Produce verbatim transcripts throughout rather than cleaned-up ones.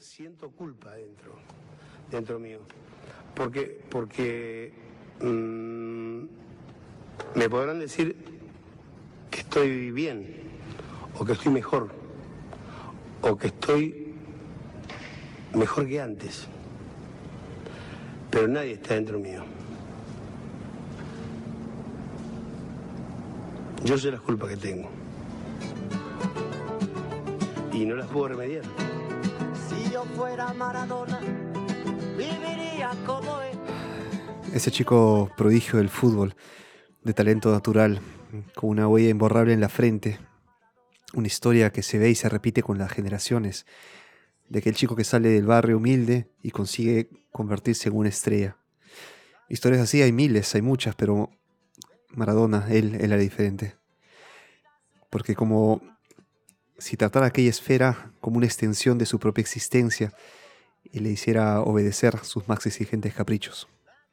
siento culpa dentro, dentro mío. Porque, porque mmm, me podrán decir que estoy bien, o que estoy mejor, o que estoy mejor que antes. Pero nadie está dentro mío. Yo sé las culpas que tengo. Y no las puedo remediar. Si yo fuera Maradona, viviría como él. Ese chico prodigio del fútbol, de talento natural, con una huella imborrable en la frente. Una historia que se ve y se repite con las generaciones. De aquel chico que sale del barrio humilde y consigue convertirse en una estrella. Historias así hay miles, hay muchas, pero Maradona, él, él era diferente. Porque como si tratara aquella esfera como una extensión de su propia existencia y le hiciera obedecer sus más exigentes caprichos.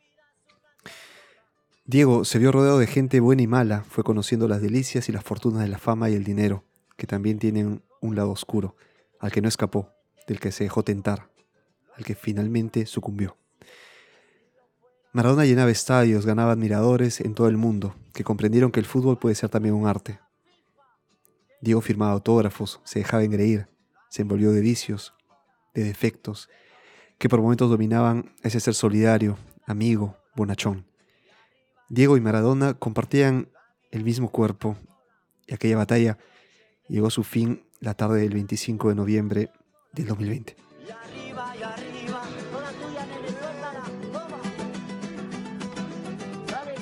Diego se vio rodeado de gente buena y mala, fue conociendo las delicias y las fortunas de la fama y el dinero, que también tienen un lado oscuro, al que no escapó, del que se dejó tentar, al que finalmente sucumbió. Maradona llenaba estadios, ganaba admiradores en todo el mundo, que comprendieron que el fútbol puede ser también un arte. Diego firmaba autógrafos, se dejaba engreír, se envolvió de vicios, de defectos, que por momentos dominaban ese ser solidario, amigo, bonachón. Diego y Maradona compartían el mismo cuerpo, y aquella batalla llegó a su fin la tarde del veinticinco de noviembre del dos mil veinte. Y arriba, y arriba, toda tuya, nene, suéltala, toma. Dale.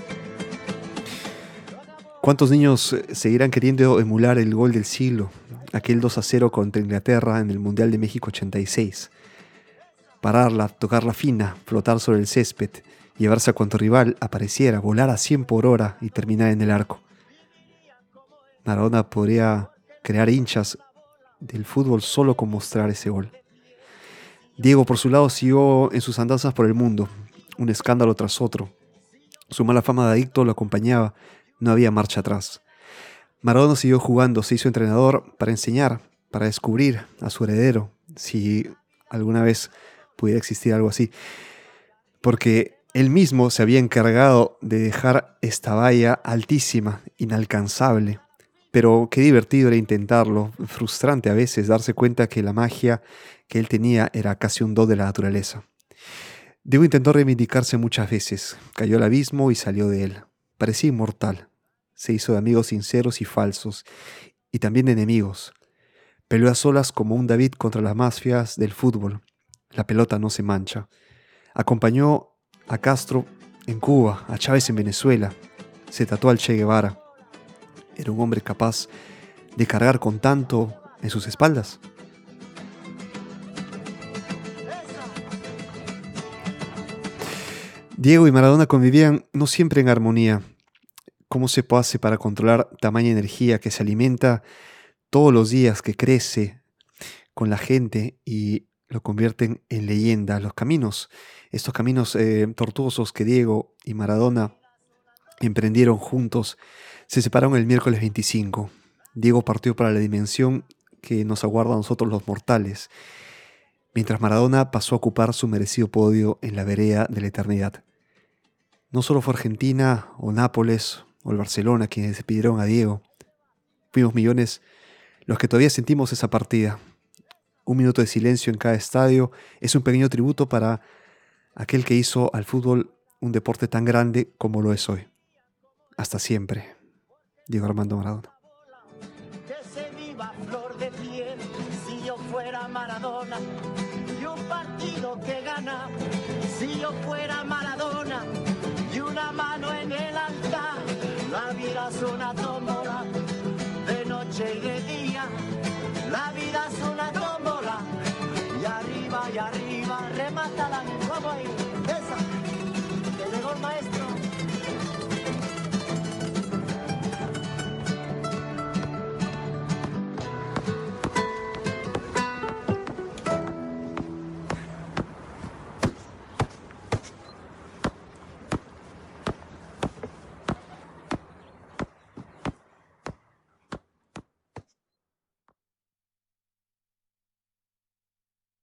¿Cuántos niños seguirán queriendo emular el gol del siglo? Aquel dos a cero contra Inglaterra en el Mundial de México ochenta y seis. Pararla, tocarla fina, flotar sobre el césped, llevarse a cuanto rival apareciera, volar a cien por hora y terminar en el arco. Maradona podría crear hinchas del fútbol solo con mostrar ese gol. Diego, por su lado, siguió en sus andanzas por el mundo, un escándalo tras otro. Su mala fama de adicto lo acompañaba, no había marcha atrás. Maradona siguió jugando, se hizo entrenador para enseñar, para descubrir a su heredero, si alguna vez pudiera existir algo así. Porque él mismo se había encargado de dejar esta valla altísima, inalcanzable. Pero qué divertido era intentarlo, frustrante a veces darse cuenta que la magia que él tenía era casi un don de la naturaleza. Diego intentó reivindicarse muchas veces, cayó al abismo y salió de él. Parecía inmortal, se hizo de amigos sinceros y falsos, y también de enemigos. Peleó a solas como un David contra las mafias del fútbol. La pelota no se mancha. Acompañó a Castro en Cuba, a Chávez en Venezuela. Se tatuó al Che Guevara. Era un hombre capaz de cargar con tanto en sus espaldas. Diego y Maradona convivían no siempre en armonía. ¿Cómo se hace para controlar tamaña energía que se alimenta todos los días, que crece con la gente y lo convierten en leyenda? Los caminos, estos caminos eh, tortuosos que Diego y Maradona emprendieron juntos, se separaron el miércoles veinticinco. Diego partió para la dimensión que nos aguarda a nosotros los mortales, mientras Maradona pasó a ocupar su merecido podio en la vereda de la eternidad. No solo fue Argentina o Nápoles o el Barcelona quienes despidieron a Diego. Fuimos millones los que todavía sentimos esa partida. Un minuto de silencio en cada estadio es un pequeño tributo para aquel que hizo al fútbol un deporte tan grande como lo es hoy. Hasta siempre, Diego Armando Maradona. Que se viva flor de piel, si yo fuera Maradona, y un partido que gana, si yo fuera Maradona, y una mano en el altar, la vida es una tómbola, de noche y de día, la vida es una tómbola, y arriba y arriba remata la